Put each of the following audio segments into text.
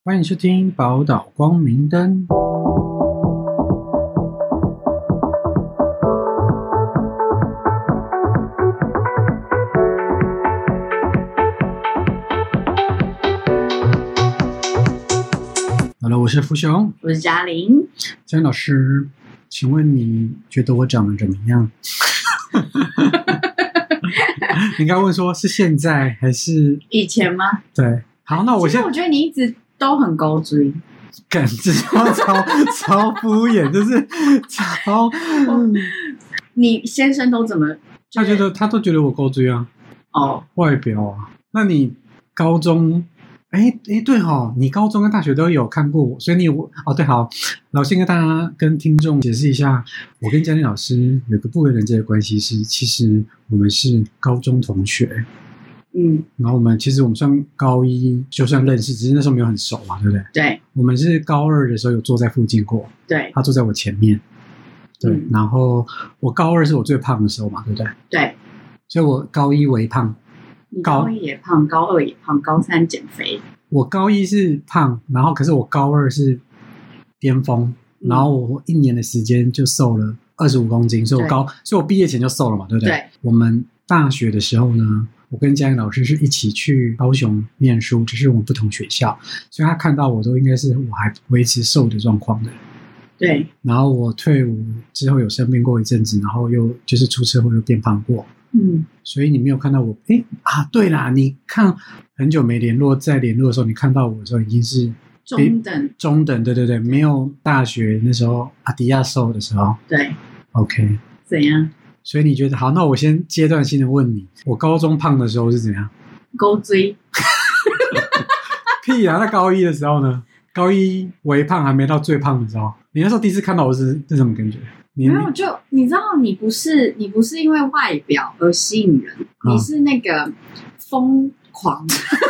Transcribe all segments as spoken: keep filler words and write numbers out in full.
欢迎收听宝岛光明灯。好了，我是福雄， 我是嘉玲。 嘉玲老师，请问你觉得我长得怎么样？你刚问说是现在还是以前吗？ 对，好，那我先。 其实我觉得你一直都很高追， 感觉超超超敷衍，就是超。 你先生都怎么？ 他觉得他都觉得我高追啊。 哦， 外表啊，那你高中？哎哎，对哈，你高中跟大学都有看过我，所以你有哦对，好，老先跟大家跟听众解释一下，我跟嘉玲老师有个不为人知的关系是，其实我们是高中同学， 嗯， 然后我们其实我们算高一就算认识，只是那时候没有很熟嘛，对不对？ 对， 我们是高二的时候有坐在附近过， 对， 他坐在我前面，对， 嗯、 然后我高二是我最胖的时候嘛，对不对？ 对， 所以我高一微胖。 你高一也胖，高二也胖，高三减肥。 我高一是胖，然后可是我高二是巅峰，嗯、然后我一年的时间就瘦了二十五公斤，所以我高，所以我毕业前就瘦了嘛，对不对？ 对。 我们大学的时候呢，我跟嘉玲老师是一起去高雄念书，只是我们不同学校，所以他看到我都应该是我还维持瘦的状况的。 对。然后我退伍之后有生病过一阵子，然后又就是出车祸又变胖过。 嗯， 所以你没有看到我，诶啊，对啦，你看很久没联络，在联络的时候，你看到我的时候已经是中等， 中等，对对对，没有大学那时候阿迪亚瘦的时候， 对 ，OK， 怎样？ 所以你觉得好？那我先阶段性的问你，我高中胖的时候是怎样？ 高追？ 屁啊！那高一的时候呢？高一微胖还没到最胖的时候，你那时候第一次看到我是是什么感觉？ 没有，就你知道，你不是你不是因为外表而吸引人，嗯、你是那个疯狂，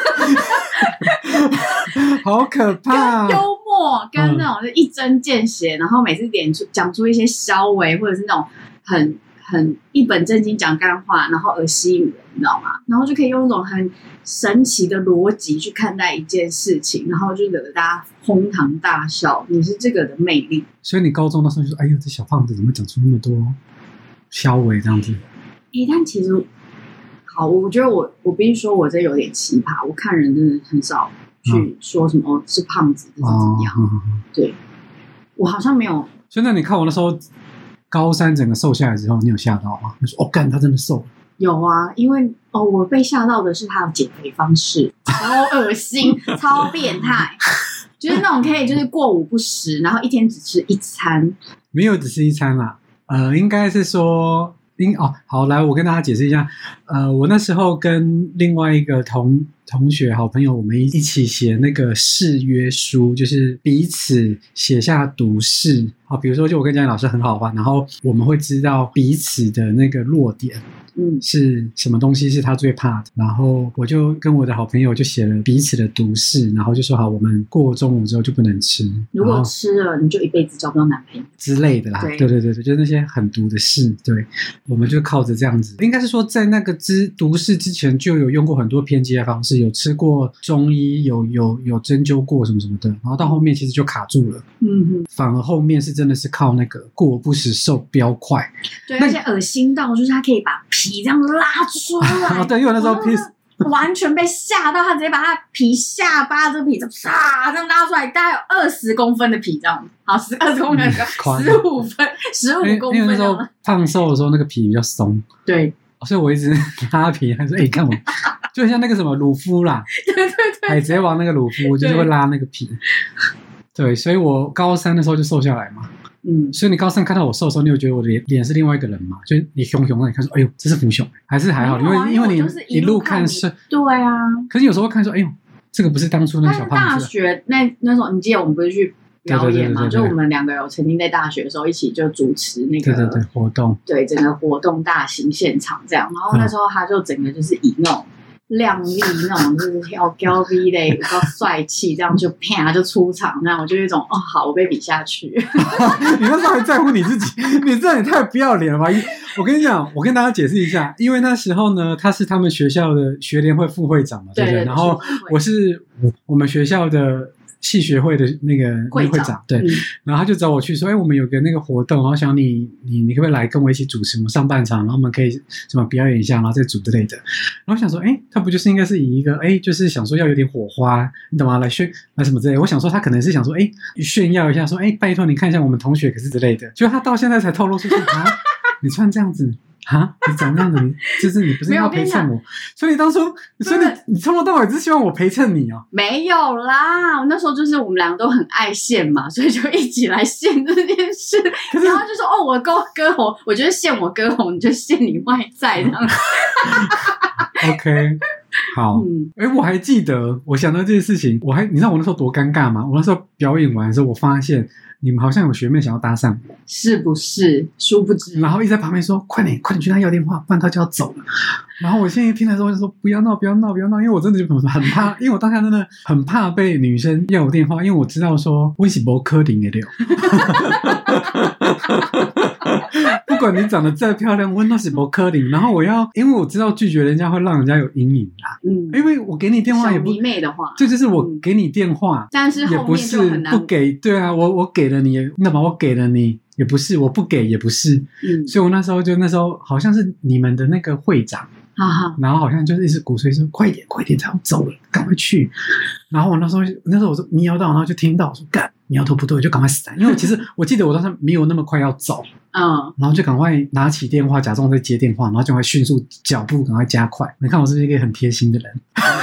好可怕、啊， 跟幽默，跟那种就一针见血，嗯、然后每次点出讲出一些消微或者是那种很很一本正经讲干话，然后而吸引人，你知道吗？然后就可以用一种很神奇的逻辑去看待一件事情，然后就惹得大家哄堂大笑。你是这个的魅力。 所以你高中的时候就说：“哎呦，这小胖子怎么讲出那么多消微这样子？” 诶，但其实好，我觉得我我必须说，我这有点奇葩。我看人真的很少去说什么、嗯、是胖子，这是怎么样？哦、对，我好像没有。 所以那你看我那时候高三整个瘦下来之后，你有吓到吗？你说：“哦，干，他真的瘦了。” 有啊，因为哦，我被吓到的是他的减肥方式，超恶心，超变态，就是那种可以就是过午不食，然后一天只吃一餐。 没有只吃一餐啦，呃，应该是说，应哦，好，来，我跟大家解释一下，呃，我那时候跟另外一个同同学好朋友，我们一起写那个誓约书，就是彼此写下毒誓。好，比如说，就我跟嘉玲老师很好玩，然后我们会知道彼此的那个弱点。嗯，是什么东西是他最怕的？然后我就跟我的好朋友就写了彼此的毒誓，然后就说好，我们过中午之后就不能吃。 如果吃了，你就一辈子交不到男朋友之类的啦。对对对对，就是那些很毒的誓。对，我们就靠着这样子，应该是说在那个之毒誓之前就有用过很多偏激的方式，有吃过中医，有有有针灸过什么什么的，然后到后面其实就卡住了。嗯哼，反而后面是真的是靠那个过不食瘦飙快。 对，而且恶心到就是他可以把皮这样拉出来。 哦，对，因为那时候皮完全被吓到，他直接把他皮下巴这皮就唰这样拉出来，大概有二十公分的皮这样。好，十二十公分，十五分，十五公分。 因为那时候胖瘦的时候，那个皮比较松。 对， 所以我一直拉皮，他说：“哎、欸，看我，就像那个什么鲁夫啦， 对对对， 海贼王那个鲁夫，就是会拉那个皮。对，所以我高三的时候就瘦下来嘛。嗯，所以你高三看到我瘦的时候，你有觉得我的脸脸是另外一个人吗？就是你熊熊，那你看说，哎呦，这是福雄，还是还好？因为、 啊、 因为你一路看是， 对啊。 可是有时候看说，哎呦，这个不是当初那个小胖子。 大学那那时候，你记得我们不是去表演嘛？就我们两个有曾经在大学的时候一起就主持那个对对对活动， 对整个活动大型现场这样。然后那时候他就整个就是以那种。靓丽那种就是要高 V 的比较帅气，这样就啪就出场，那我就有一种哦好，我被比下去。 你那时候还在乎你自己，你这也太不要脸了吧！我跟你讲，我跟大家解释一下，因为那时候呢，他是他们学校的学联会副会长嘛，对不对？然后我是我们学校的系学会的那个会长， 会长对、 嗯， 然后他就找我去说，哎，我们有个那个活动，然后想你你你可不可以来跟我一起主持我们上半场，然后我们可以什么表演一下，然后再组之类的。然后我想说，哎，他不就是应该是以一个哎，就是想说要有点火花，你懂吗？来炫来什么之类的。我想说他可能是想说，哎，炫耀一下，说，哎，拜托你看一下我们同学可是之类的。结果他到现在才透露出去啊，你穿这样子。啊，你长这样子，你就是你不是要陪衬我，所以你当初，所以你你从头到尾只是希望我陪衬你哦。 没有啦，我那时候就是我们两个都很爱现嘛，所以就一起来现这件事。然后就说哦，我歌歌红，我觉得现我歌红，你就现你外在这样。 OK， 好，哎、嗯，我还记得，我想到这件事情，我还你知道我那时候多尴尬吗？我那时候表演完的时候，我发现。你们好像有学妹想要搭讪我， 是不是？殊不知， 然后一直在旁边说：“快点，快点去跟他要电话，不然他就要走了。”然后我现在听的时候就说：“不要闹，不要闹，不要闹！”因为我真的就很怕，因为我当下真的很怕被女生要我电话，因为我知道说我是不可能的了。不管你长得再漂亮，我那是不可能。然后我要，因为我知道拒绝人家会让人家有阴影啦。嗯，因为我给你电话也不小迷妹的话， 这就是我给你电话，嗯、 但是后面就很难也不是不给。对啊，我我给了你，那么我给了你也不是，我不给也不是。嗯，所以我那时候就那时候好像是你们的那个会长。 哈哈， 然后好像就是一直鼓吹说快点快点，他要走了，赶快去。然后我那时候那时候我就瞄到，然后就听到我说干苗头不对，就赶快闪。因为其实我记得我当时没有那么快要走，嗯，然后就赶快拿起电话，假装在接电话，然后就会迅速脚步赶快加快。你看我是不是一个很贴心的人？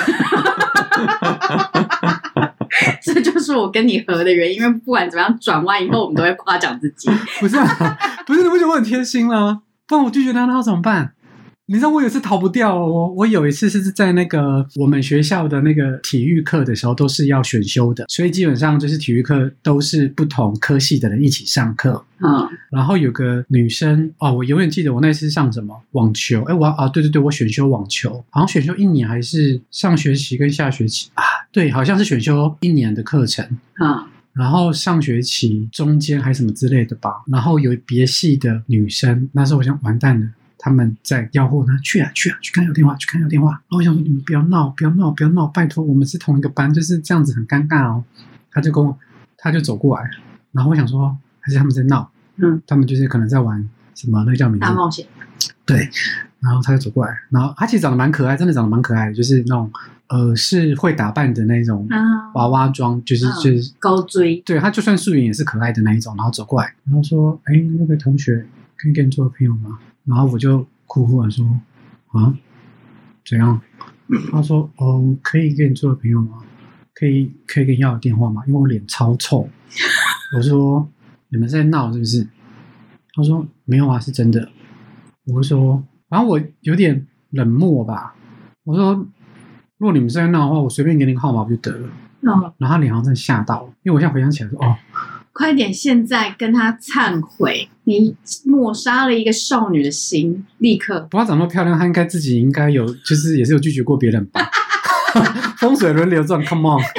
这就是我跟你合的原因，因为不管怎么样转弯以后，我们都会夸奖自己。 不是啊，不是你不觉得我很贴心吗？不然我拒绝他，那要怎么办？你知道我有一次逃不掉哦，我我有一次是在那个我们学校的那个体育课的时候都是要选修的，所以基本上就是体育课都是不同科系的人一起上课。嗯，然后有个女生哦，我永远记得我那次上什么网球，哎，我啊对对对，我选修网球，好像选修一年还是上学期跟下学期啊？对，好像是选修一年的课程。嗯。然后上学期中间还什么之类的吧，然后有别系的女生，那时候我想完蛋了。他们在吆喝他去啊去啊去看有电话去看有电话，然后我想说你们不要闹不要闹不要闹，拜托我们是同一个班，就是这样子很尴尬哦。他就跟我他就走过来，然后我想说还是他们在闹，嗯，他们就是可能在玩什么那个叫名字大冒险， 对，然后他就走过来，然后他其实长得蛮可爱，真的长得蛮可爱的，就是那种呃是会打扮的那种娃娃装，就是、嗯、就是高追， 对，他就算素颜也是可爱的那一种，然后走过来，然后说哎那个同学可以跟你做朋友吗？然后我就哭哭地说啊怎样？他说哦可以跟你做朋友吗？可以可以跟你要电话吗？因为我脸超臭。我说你们在闹是不是？他说没有啊是真的。我说然后我有点冷漠吧，我说如果你们是在闹的话我随便给你个号码不就得了。哦、然后他脸好像真的吓到了，因为我现在回想起来说哦快点现在跟他忏悔，你抹杀了一个少女的心，立刻。 不过她长那么漂亮，她应该自己应该有就是也是有拒绝过别人吧。风水轮流转 Come on。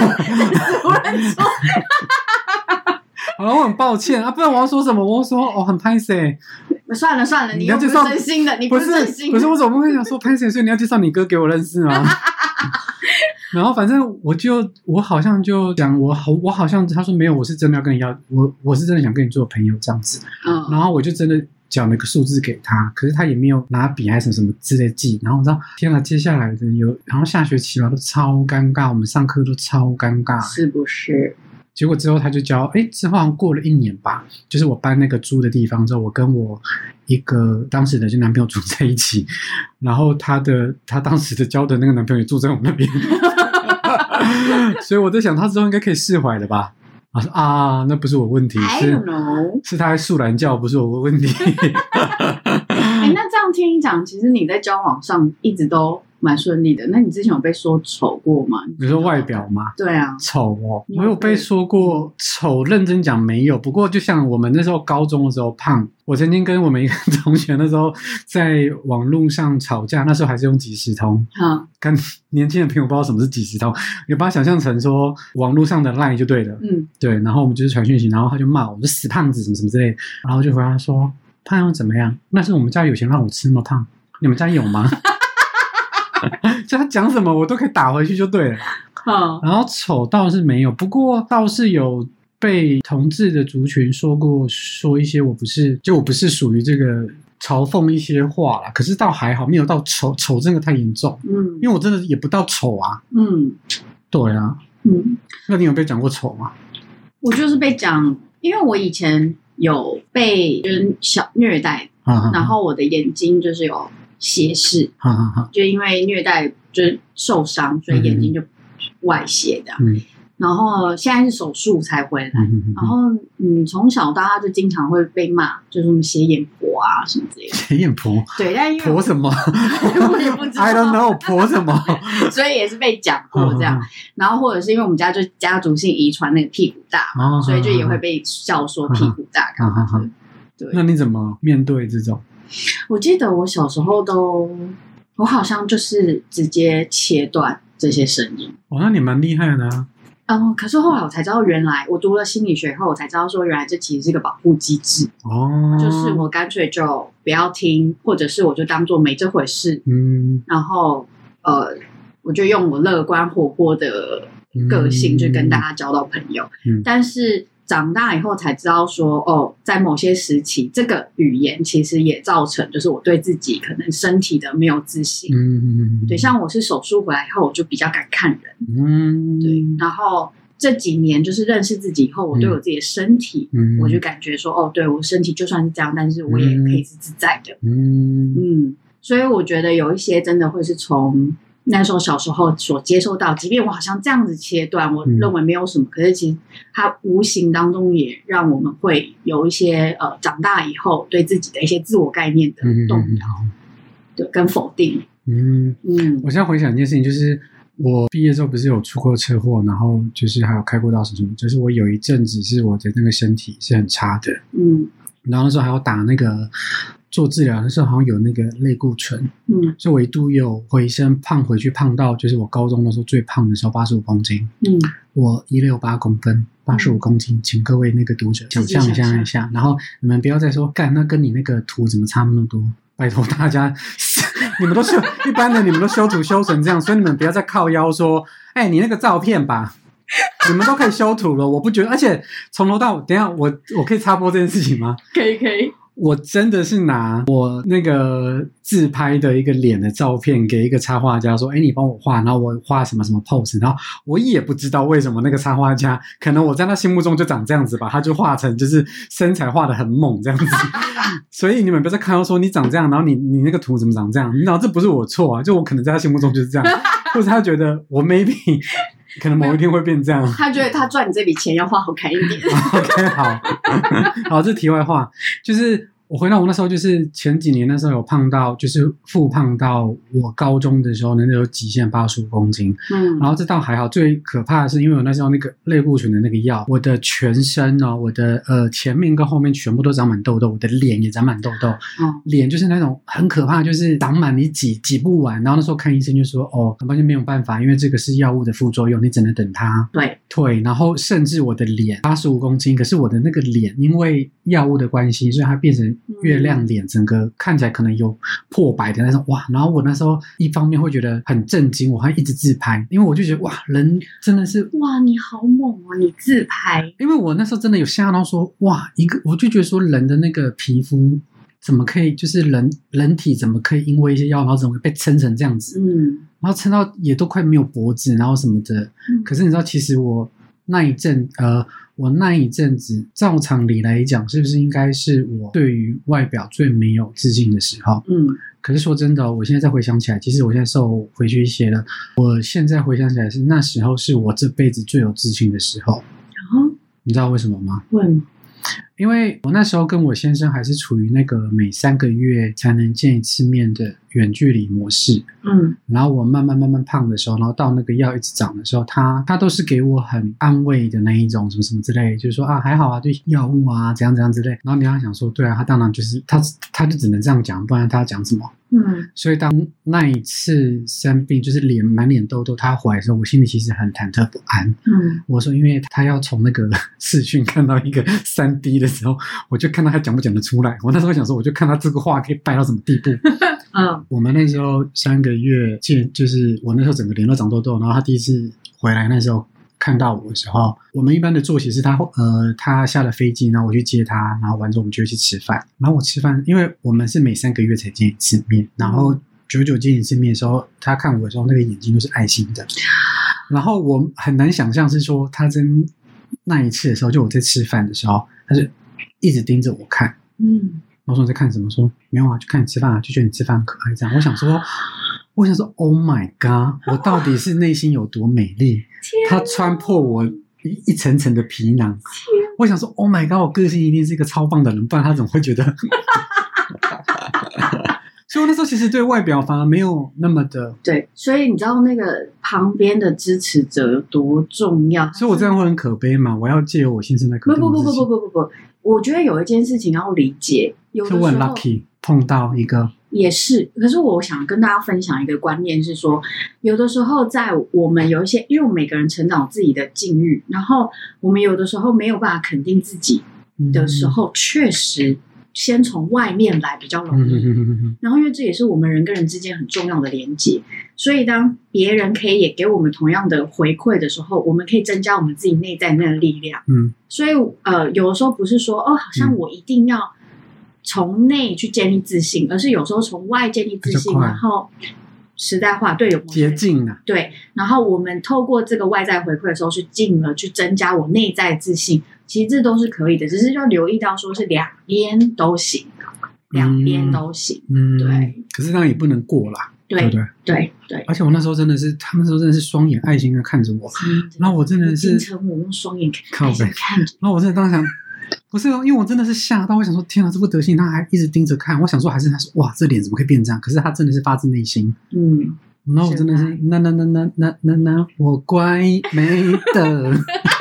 好了我很抱歉啊，不然我要说什么？我要说哦很拍谁。 算了算了，你又不是真心的，你不是真心的。 不是我怎么会想说拍谁？所以你要介绍你哥给我认识吗？然后反正我就我好像就讲我好我好像他说没有，我是真的要跟你要我我是真的想跟你做朋友这样子。嗯，然后我就真的讲了个数字给他，可是他也没有拿笔还是什么什么之类记。然后我知道天啊，接下来的有然后下学期吧都超尴尬，我们上课都超尴尬， 是不是？ 结果之后他就教，哎，之后好像过了一年吧，就是我搬那个租的地方之后，我跟我一个当时的就男朋友住在一起，然后他的他当时的交的那个男朋友也住在我们那边。所以我在想他之后应该可以释怀了吧。他说啊那不是我问题，是是他在素懒觉，不是我问题。 欸、那这样听你讲，其实你在交往上一直都蛮顺利的。那你之前有被说丑过吗？ 你说外表吗？ 对啊， 丑哦，我有被说过丑，认真讲没有。不过就像我们那时候高中的时候胖，我曾经跟我们一个同学那时候在网络上吵架，那时候还是用即时通。嗯，跟年轻的朋友不知道什么是即时通，你把它想象成说网络上的 LINE 就对了。嗯，对，然后我们就是传讯息，然后他就骂我就死胖子什么什么之类的，然后就回答说胖又怎么样？那是我们家有钱让我吃吗？胖，你们家有吗？ 就他讲什么我都可以打回去就对了。 嗯， 然后丑倒是没有，不过倒是有被同志的族群说过，说一些我不是，就我不是属于这个嘲讽一些话啦。可是倒还好，没有到丑，丑真的太严重。嗯，因为我真的也不到丑啊。嗯，对啊。嗯，那你有被讲过丑吗？ 我就是被讲，因为我以前有被就是小虐待，啊、然后我的眼睛就是有斜视，啊啊、就因为虐待就是受伤，所以眼睛就外斜的。嗯，然后现在是手术才回来，嗯、然后嗯，从小到大就经常会被骂，就是什么斜眼婆啊什么之类的。 斜眼婆？对， 但因为婆什么？ 我也不知道 I don't know 婆什么， 所以也是被讲过这样。嗯、然后或者是因为我们家就家族性遗传那个屁股大嘛，嗯、所以就也会被笑说屁股大干嘛的。嗯、对， 那你怎么面对这种？ 我记得我小时候都，我好像就是直接切断这些声音。 哦，那你蛮厉害的啊。 嗯，可是后来我才知道，原来我读了心理学后，我才知道说，原来这其实是个保护机制。哦，就是我干脆就不要听，或者是我就当做没这回事。嗯，然后呃，我就用我乐观活泼的个性，就跟大家交到朋友。嗯，但是长大以后才知道说，哦，在某些时期，这个语言其实也造成，就是我对自己可能身体的没有自信。嗯，对，像我是手术回来以后，我就比较敢看人。嗯，对，然后这几年就是认识自己以后，我对我自己的身体，嗯、我就感觉说，哦，对我身体就算是这样，但是我也可以是自在的。嗯嗯，所以我觉得有一些真的会是从那时候小时候所接受到，即便我好像这样子切断，我认为没有什么，嗯、可是其实它无形当中也让我们会有一些呃长大以后对自己的一些自我概念的动摇，嗯、对，跟否定。嗯嗯，我现在回想一件事情，就是我毕业之后不是有出过车祸，然后就是还有开过刀什么，就是我有一阵子是我的那个身体是很差的，嗯，然后那时候还要打那个。做治疗的时候好像有那个类固醇，嗯，所以我一度有回升胖回去，胖到就是我高中的时候最胖的时候八十五公斤，嗯，我一六八公分，八十五公斤，请各位那个读者想象一下一下，然后你们不要再说干那跟你那个图怎么差那么多，拜托大家，你们都修一般的你们都修图修成这样，所以你们不要再靠腰说，哎，你那个照片吧。你们都可以修图了，我不觉得，而且从头到尾，等一下我我可以插播这件事情吗？ 可以可以。 我真的是拿我那个自拍的一个脸的照片给一个插画家说，哎，你帮我画，然后我画什么什么 pose， 然后我也不知道为什么那个插画家，可能我在他心目中就长这样子吧，他就画成就是身材画得很猛这样子，所以你们不要再看到说你长这样，然后你你那个图怎么长这样，你知道这不是我错啊，就我可能在他心目中就是这样，或者他觉得我 maybe 可能某一天会变这样， 他觉得他赚你这笔钱要画好看一点。 OK， 好，好，这题外话，就是我回到我那时候，就是前几年那时候有胖到，就是复胖到我高中的时候呢，那时候极限八十五公斤，嗯，然后这倒还好，最可怕的是因为我那时候那个类固醇的那个药，我的全身哦，我的呃前面跟后面全部都长满痘痘，我的脸也长满痘痘，嗯，脸就是那种很可怕，就是长满你挤挤不完，然后那时候看医生就说，哦，很抱歉没有办法，因为这个是药物的副作用，你只能等它对退，然后甚至我的脸八十五公斤，可是我的那个脸因为药物的关系，所以它变成月亮脸，整个看起来可能有破百的那种哇！然后我那时候一方面会觉得很震惊，我还一直自拍，因为我就觉得哇，人真的是哇，你好猛哦，你自拍！ 因为我那时候真的有吓到说哇，一个我就觉得说人的那个皮肤怎么可以，就是人人体怎么可以因为一些药，然后怎么会被撑成这样子？嗯，然后撑到也都快没有脖子，然后什么的。嗯、可是你知道，其实我那一阵呃。我那一阵子照常理来讲是不是应该是我对于外表最没有自信的时候，嗯，可是说真的、哦、我现在再回想起来，其实我现在瘦回去一些了，我现在回想起来是那时候是我这辈子最有自信的时候。哦，你知道为什么吗？ 为什么？ 因为我那时候跟我先生还是处于那个每三个月才能见一次面的远距离模式，嗯，然后我慢慢慢慢胖的时候，然后到那个药一直长的时候，他他都是给我很安慰的那一种什么什么之类，就是说啊还好啊，对药物啊怎样怎样之类，然后你要想说对啊，他当然就是他他就只能这样讲，不然他要讲什么？嗯，所以当那一次生病就是脸满脸痘痘他回来的时候，我心里其实很忐忑不安。嗯，我说因为他要从那个视讯看到一个 三 D 的时候，我就看到他讲不讲得出来，我那时候想说我就看他这个话可以掰到什么地步。 嗯， 我们那时候三个月见，就是我那时候整个脸都长痘痘，然后他第一次回来那时候看到我的时候，我们一般的作息是他呃他下了飞机，然后我去接他，然后完之后我们就会去吃饭，然后我吃饭，因为我们是每三个月才见一次面，然后久久见一次面的时候，他看我的时候那个眼睛都是爱心的，然后我很难想象是说他真那一次的时候，就我在吃饭的时候，他就一直盯着我看， 嗯。 然后说你在看什么？说没有啊，就看你吃饭啊，就觉得你吃饭很可爱这样。我想说，我想说 ，Oh my god， 我到底是内心有多美丽？他穿破我一一层层的皮囊。我想说 ，Oh my god， 我个性一定是一个超棒的人，不然他怎么会觉得？所以我那时候其实对外表反而没有那么的对，所以你知道那个旁边的支持者有多重要？ 所以我这样会很可悲嘛？我要借由我先生的可悲。 不不不不不不不不，我觉得有一件事情要理解，有的时候是我很 lucky 碰到一个也是，可是我想跟大家分享一个观念是说，有的时候在我们有一些，因为我们每个人成长自己的境遇，然后我们有的时候没有办法肯定自己的时候，嗯、确实。先从外面来比较容易，嗯、然后因为这也是我们人跟人之间很重要的连接，所以当别人可以也给我们同样的回馈的时候，我们可以增加我们自己内在那个力量。嗯，所以呃，有的时候不是说哦，好像我一定要从内去建立自信，嗯、而是有时候从外建立自信，然后时代化对有捷径啊， 对，然后我们透过这个外在回馈的时候，去进而去增加我内在自信。其实这都是可以的，只是要留意到说是两边都行，两边都行。嗯，对。 可是当然也不能过啦， 对对不对？ 对对。 而且我那时候真的是，他们那时候真的是双眼爱心的看着我，嗯、然后我真的是金城武用双眼看着看着， 然后我真的当时想，不是哦，因为我真的是吓到，我想说天啊，这副德行他还一直盯着看，我想说还是他说哇，这脸怎么可以变这样？可是他真的是发自内心，嗯。然后我真的是那那那那那那那我乖没的。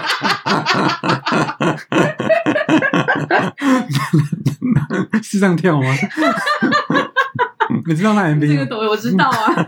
是这样跳吗？你知道那 M V 吗？ 这个抖我知道啊。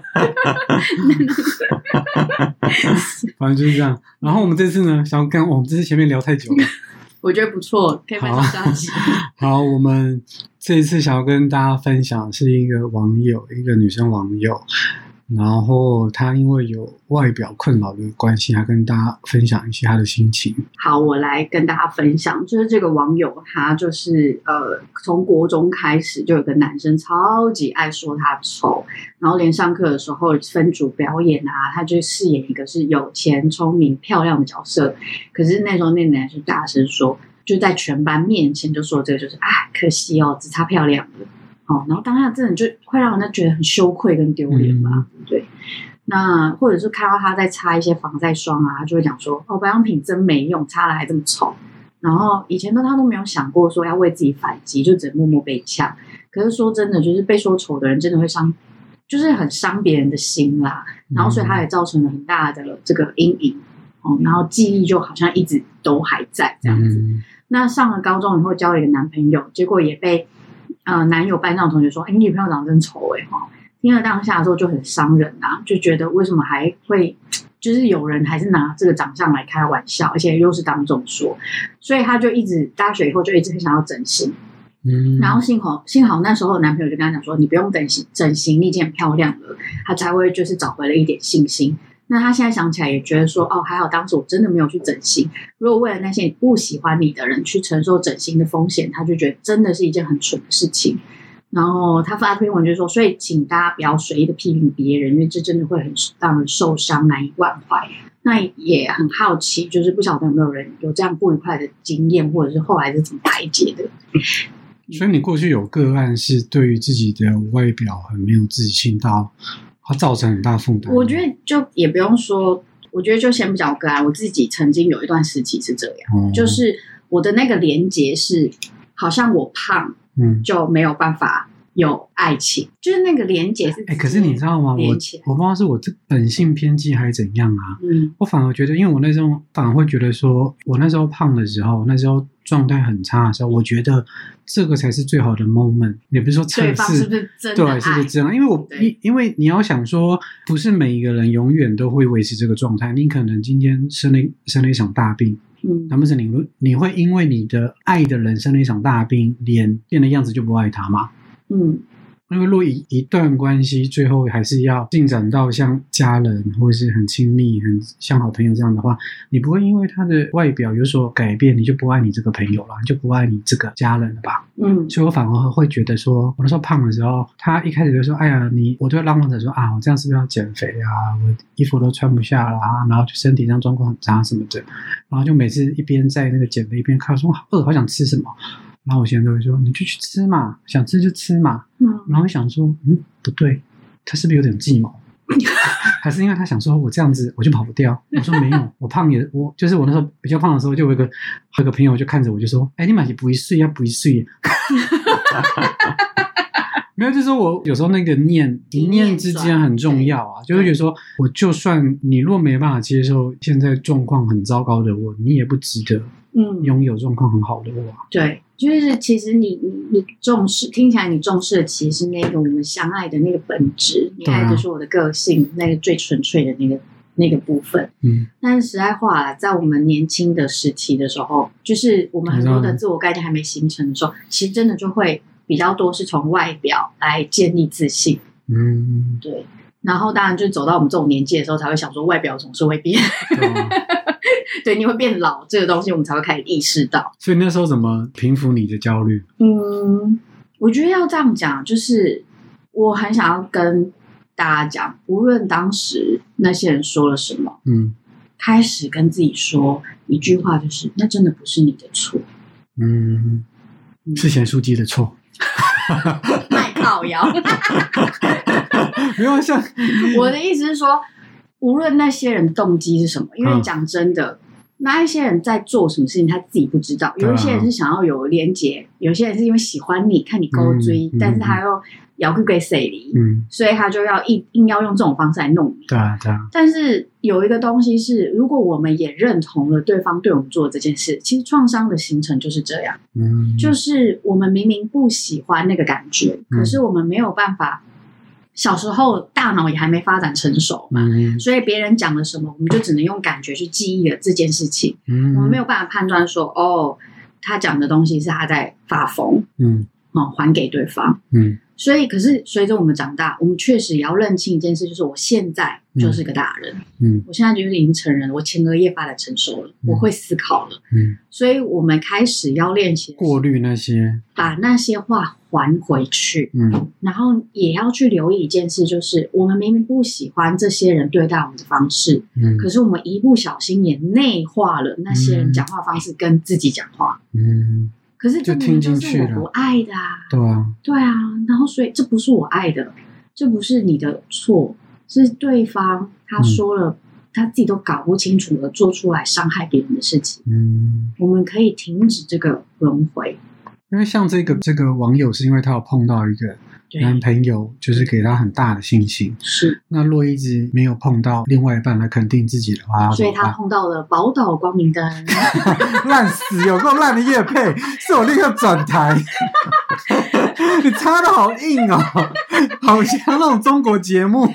反正就是这样。然后我们这次呢，想要跟我们这次前面聊太久了， 我觉得不错，可以分享下集。 好，我们这一次想要跟大家分享是一个网友，一个女生网友。然后他因为有外表困扰的关系，他跟大家分享一些他的心情。 好，我来跟大家分享，就是这个网友他就是呃，从国中开始就有个男生超级爱说他丑，然后连上课的时候分组表演啊，他就饰演一个是有钱、聪明、漂亮的角色。可是那时候那男生大声说，就在全班面前就说这个就是啊，可惜哦，只差漂亮了。哦，然后当下真的就会让人家觉得很羞愧跟丢脸吧，嗯、对。那或者是看到他在擦一些防晒霜啊，他就会讲说：“哦，保养品真没用，擦了还这么丑。”然后以前呢，他都没有想过说要为自己反击，就只能默默被呛。可是说真的，就是被说丑的人真的会伤，就是很伤别人的心啦。然后所以他也造成了很大的这个阴影哦，然后记忆就好像一直都还在这样子。嗯、那上了高中以后，交了一个男朋友，结果也被。呃，男友班上的同学说：“哎，你女朋友长得真丑哎！”哈，听了当下的时候就很伤人啊，就觉得为什么还会，就是有人还是拿这个长相来开玩笑，而且又是当众说，所以他就一直大学以后就一直很想要整形，嗯，然后幸好幸好那时候男朋友就跟他讲说：“你不用整形，整形你已经很漂亮了。”他才会就是找回了一点信心。那他现在想起来也觉得说，哦，还好当时我真的没有去整形。如果为了那些不喜欢你的人去承受整形的风险，他就觉得真的是一件很蠢的事情。然后他发篇文就说，所以请大家不要随意的批评别人，因为这真的会很让人受伤，难以忘怀。那也很好奇，就是不晓得有没有人有这样不愉快的经验，或者是后来是怎么排解的。 所以你过去有个案是对于自己的外表很没有自信到它造成很大负担。 我觉得就也不用说，我觉得就先不讲个案，我自己曾经有一段时期是这样，哦、就是我的那个连结是，好像我胖，嗯，就没有办法有爱情，就是那个连结是。哎、 欸，可是你知道吗？我我不知道是我这本性偏激还是怎样啊。嗯，我反而觉得，因为我那时候反而会觉得说，我那时候胖的时候，那时候状态很差的时候，我觉得这个才是最好的 moment。也不是说测试， 对方是不是真的爱？ 对，是不是这样？因为我因因为你要想说，不是每一个人永远都会维持这个状态。你可能今天生了生了一场大病。嗯，难不成你你会因为你的爱的人生了一场大病，脸变的样子就不爱他吗？嗯， 因为如果一一段关系最后还是要进展到像家人或者是很亲密很像好朋友这样的话，你不会因为他的外表有所改变你就不爱你这个朋友了，你就不爱你这个家人了吧。 嗯， 所以我反而会觉得说，我那时候胖的时候，他一开始就说哎呀你，我就会浪漫着说啊我这样是不是要减肥啊，我衣服都穿不下了啊，然后就身体上状况很差什么的，然后就每次一边在那个减肥一边看说好饿好想吃什么，然后我现在都会说你就去吃嘛，想吃就吃嘛。嗯，然后想说嗯不对，他是不是有点计谋还是因为他想说我这样子我就跑不掉。我说没有，我胖也我就是我那时候比较胖的时候，就有一个有一个朋友就看着我就说哎、欸、你买不一岁要不一岁没有，就是说我有时候那个念一念之间很重要啊，就会觉得说我就算你若没办法接受现在状况很糟糕的我，你也不值得拥有状况很好的我、啊嗯、对，就是其实你你你重视，听起来你重视的其实是那个我们相爱的那个本质，你爱的是我的个性、啊、那个最纯粹的那个那个部分。嗯，但是实在话啦，在我们年轻的时期的时候，就是我们很多的自我概念还没形成的时候，其实真的就会比较多是从外表来建立自信。嗯，对。然后当然就走到我们这种年纪的时候才会想说外表总是会变、哦、对，你会变老这个东西我们才会开始意识到。 所以那时候怎么平复你的焦虑？ 嗯，我觉得要这样讲，就是我很想要跟大家讲，无论当时那些人说了什么，嗯，开始跟自己说一句话，就是那真的不是你的错。嗯， 是咸酥鸡的错卖靠腰没有像我的意思是说，无论那些人动机是什么，因为讲真的、嗯、那一些人在做什么事情他自己不知道，有一些人是想要有连结，有些人是因为喜欢你看你勾追、嗯、但是他又摇个给谁离，嗯，所以他就要硬硬要用这种方式来弄你。 对啊，对啊。 但是有一个东西是，如果我们也认同了对方对我们做的这件事，其实创伤的形成就是这样，嗯，就是我们明明不喜欢那个感觉，嗯、可是我们没有办法。小时候大脑也还没发展成熟嘛、嗯，所以别人讲了什么，我们就只能用感觉去记忆了这件事情。嗯，我们没有办法判断说，哦，他讲的东西是他在发疯，嗯，哦，还给对方，嗯。所以，可是随着我们长大，我们确实也要认清一件事，就是我现在就是个大人，嗯，我现在就是已经成人了，我前额叶发展成熟了、嗯，我会思考了，嗯，所以我们开始要练习过滤那些， 把那些话还回去，嗯，然后也要去留意一件事，就是我们明明不喜欢这些人对待我们的方式，嗯，可是我们一不小心也内化了那些人讲话方式跟自己讲话，嗯。可是这明明就是我不爱的啊， 对啊， 对啊，然后所以这不是我爱的，这不是你的错，是对方他说了、嗯、他自己都搞不清楚而做出来伤害别人的事情。嗯，我们可以停止这个轮回。 因为像这个这个网友是因为他有碰到一个男朋友，就是给他很大的信心。是，那若一直没有碰到另外一半来肯定自己的话， 所以他碰到了宝岛光明灯。 烂死，有够烂的业配，是我立刻转台。你插的好硬哦，好像那种中国节目。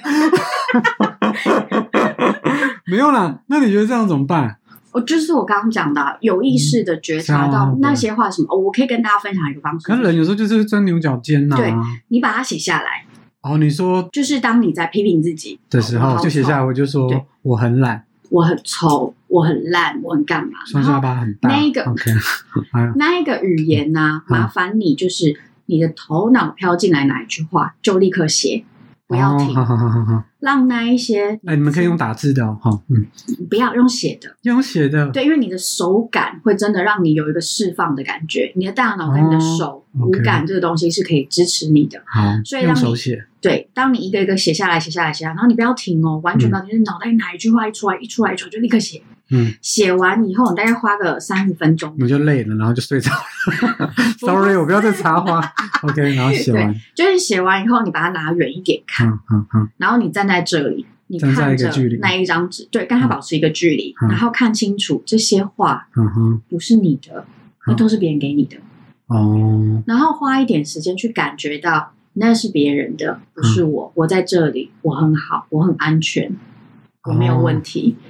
没有啦，那你觉得这样怎么办？ 我就是我刚刚讲的，有意识的觉察到那些话什么、嗯哦、我可以跟大家分享一个方式。 可是人有时候就是钻牛角尖呐、啊。 对，你把它写下来。 哦，你说就是当你在批评自己的时候，就写下来，我就说我很懒， 我很丑，我很烂，我很干嘛？ 双下巴很大。 那一个 OK， 那一个语言呢、啊，麻烦你就是你的头脑飘进来哪一句话，就立刻写。不要停、哦、好好好好，让那一些哎，你们可以用打字的哦，嗯， 不要用写的， 用写的， 对，因为你的手感会真的让你有一个释放的感觉，你的大脑跟你的手、哦、五感这个东西是可以支持你的， 好， 所以让你用手写， 对，当你一个一个写下来，写下来，写下来，然后你不要停哦，完全不要停，嗯、就是脑袋哪一句话一出来，一出来一出来就立刻写。嗯，写完以后你大概花个三十分钟， 你就累了，然后就睡着了。Sorry， 我不要再插话。OK， 然后写完， 就是写完以后，你把它拿远一点看，嗯嗯嗯，然后你站在这里，你看着那一张纸，对，跟它保持一个距离、嗯，然后看清楚这些话，嗯哼，不是你的，那都是别人给你的。哦，然后花一点时间去感觉到那是别人的，不是我，嗯、我在这里，我很好，我很安全，我没有问题。哦，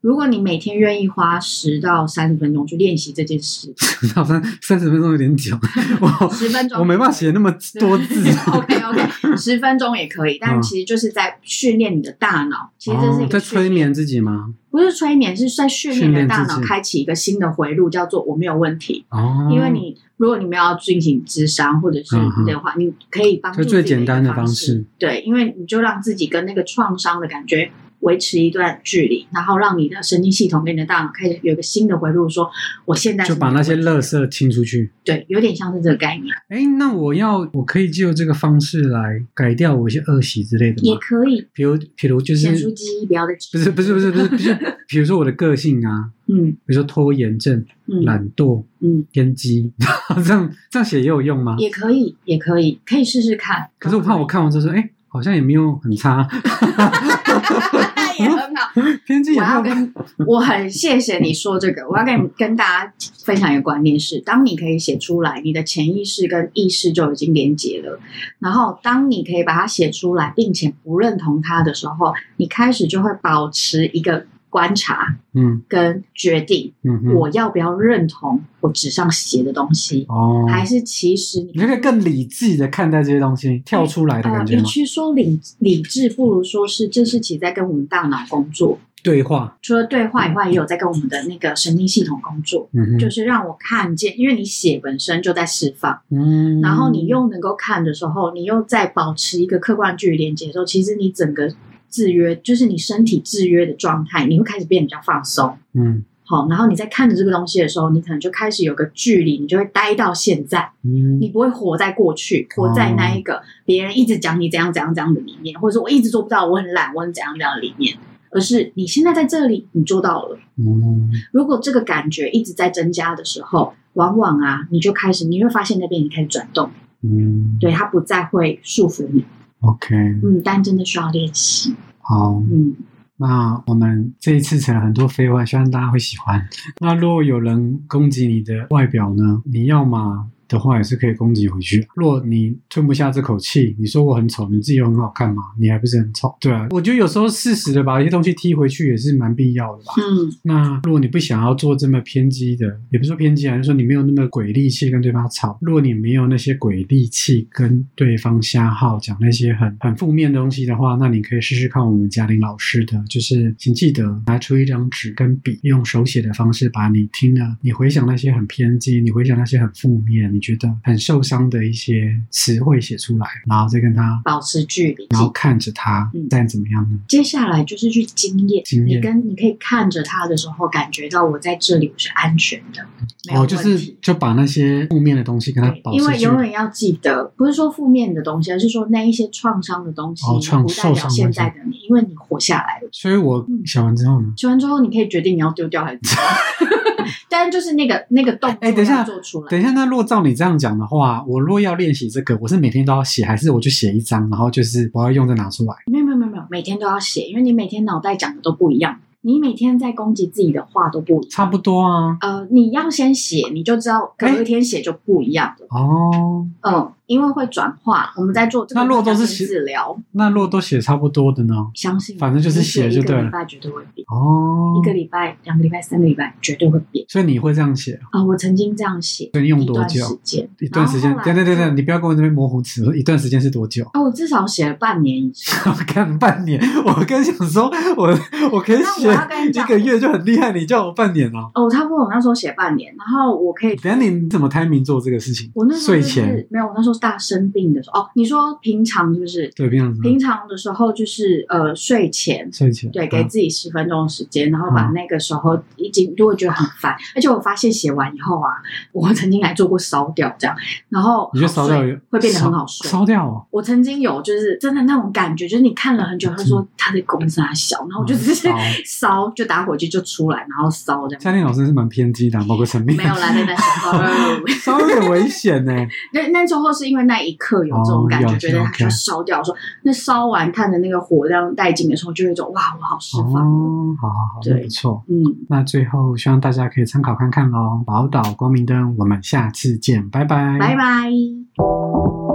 如果你每天愿意花十到三十分钟去练习这件事， 十到三三十分钟有点久，我十分钟我没办法写那么多字。 OK OK， 十分钟也可以，但其实就是在训练你的大脑。其实这是一个、哦、 在催眠自己吗？ 不是催眠，是在训练你的大脑开启一个新的回路，叫做我没有问题。 哦， 因为你如果你们要进行諮商或者是的话，嗯、你可以帮助自己的一个方式， 最简单的方式。 对，因为你就让自己跟那个创伤的感觉维持一段距离，然后让你的神经系统跟你的大脑开始有一个新的回路，说我现在是就把那些垃圾清出去。 对，有点像是这个概念。 哎，那我要我可以就这个方式来改掉我一些恶习之类的吗？ 也可以， 比如比如就是咸酥鸡不要再吃， 不是不是不是不是不是，比如说我的个性啊， 嗯， 比如说拖延症、 嗯、 懒惰、 嗯， 偏激，这样这样写也有用吗？ 也可以，也可以，可以试试看。 可是我怕我看完之后说，哎，好像也没有很差。 也很好， 偏激也很好。 我要跟我很谢谢你说这个，我要跟跟大家分享一个观念是：当你可以写出来，你的潜意识跟意识就已经连结了。然后，当你可以把它写出来，并且不认同它的时候，你开始就会保持一个观察， 嗯， 跟决定， 嗯， 我要不要认同我纸上写的东西， 哦， 还是其实你你可以更理智的看待这些东西，跳出来的感觉吗？ 与其说理理智，不如说是这是其实在跟我们大脑工作。 对话， 除了对话以外，也有在跟我们的那个神经系统工作， 嗯， 就是让我看见，因为你写本身就在释放， 嗯， 然后你又能够看的时候，你又在保持一个客观距离连接的时候，其实你整个制约，就是你身体制约的状态，你会开始变得比较放松， 嗯， 好，然后你在看着这个东西的时候，你可能就开始有个距离，你就会待到现在， 嗯， 你不会活在过去，活在那一个别人一直讲你怎样怎样怎样的里面，或者说我一直做不到，我很懒，我很怎样怎样的里面。而是你现在在这里，你做到了。 嗯， 如果这个感觉一直在增加的时候，往往啊，你就开始，你会发现那边你开始转动。 嗯， 对，它不再会束缚你。 OK， 嗯，但真的需要练习。 好， 嗯， 那我们这一次讲了很多废话，希望大家会喜欢。那如果有人攻击你的外表呢，你要嘛的话也是可以攻击回去。若你吞不下这口气，你说我很丑，你自己又很好看嘛，你还不是很丑？对啊，我觉得有时候适时的把一些东西踢回去也是蛮必要的吧。 嗯， 那如果你不想要做这么偏激的，也不是说偏激啊，就是说你没有那么鬼力气跟对方吵。如果你没有那些鬼力气跟对方瞎耗，讲那些很很负面的东西的话，那你可以试试看我们嘉玲老师的，就是请记得拿出一张纸跟笔，用手写的方式把你听了，你回想那些很偏激，你回想那些很负面，你觉得很受伤的一些词汇写出来，然后再跟他保持距离， 然后看着他， 嗯， 再怎么样呢？ 接下来就是去经验， 经验， 你跟你可以看着他的时候，感觉到我在这里我是安全的，没有问题。 哦，就是就把那些负面的东西跟他保持距离， 因为永远要记得，不是说负面的东西，而是说那一些创伤的东西， 哦，创不代表现在的你，因为你活下来了。 所以我写完之后呢， 写完之后你可以决定你要丢掉还是丢但就是那个那个动作要做出来。 等一下，那若照你这样讲的话，我若要练习这个，我是每天都要写，还是我就写一张，然后就是我要用再拿出来？ 没有没有没有没有，每天都要写，因为你每天脑袋讲的都不一样。你每天在攻击自己的话都不一样， 差不多啊。 呃，你要先写，你就知道隔一天写就不一样了。 哦， 嗯，因为会转化。我们在做这个那若都是写治疗， 那若都写差不多的呢？ 相信反正就是写就对了。 一个礼拜绝对会变。 哦， 一个礼拜、两个礼拜、三个礼拜绝对会变。 所以你会这样写啊？我曾经这样写。 所以你用多久？ 一段时间。 一段时间。对对对对，你不要跟我这边模糊词。一段时间是多久？ 哦，我至少写了半年以上。 看半年，我跟想说，我我可以写一个月就很厉害，你叫我半年哦。 哦，差不多我那时候写半年，然后我可以。 等一下你怎么 timing 做这个事情？ 我那时候、就是、 睡前没有，我那时候大生病的时候。哦，你说平常是不是？ 对，平常平常的时候就是呃睡前， 睡前对，给自己十分钟的时间，嗯、然后把那个时候已经如果觉得很烦，而且我发现写完以后啊，我曾经还做过烧掉这样，然后你觉得烧掉会变得很好睡？ 烧掉哦， 我曾经有就是真的那种感觉，就是你看了很久，他说他的公司还小，然后我就只是烧，就打火机就出来，然后烧这样。 嘉玲老师是蛮偏激的，某个层面没有啦，在那时候烧有点危险呢。 那那时候是因为那一刻有这种感觉， 哦、 觉得它就要烧掉。说那烧完看着那个火这样殆尽的时候，就有一种哇，我好释放。 哦，好好好，对，不错。 嗯， 那最后希望大家可以参考看看咯。宝岛光明灯，我们下次见，拜拜， 拜拜。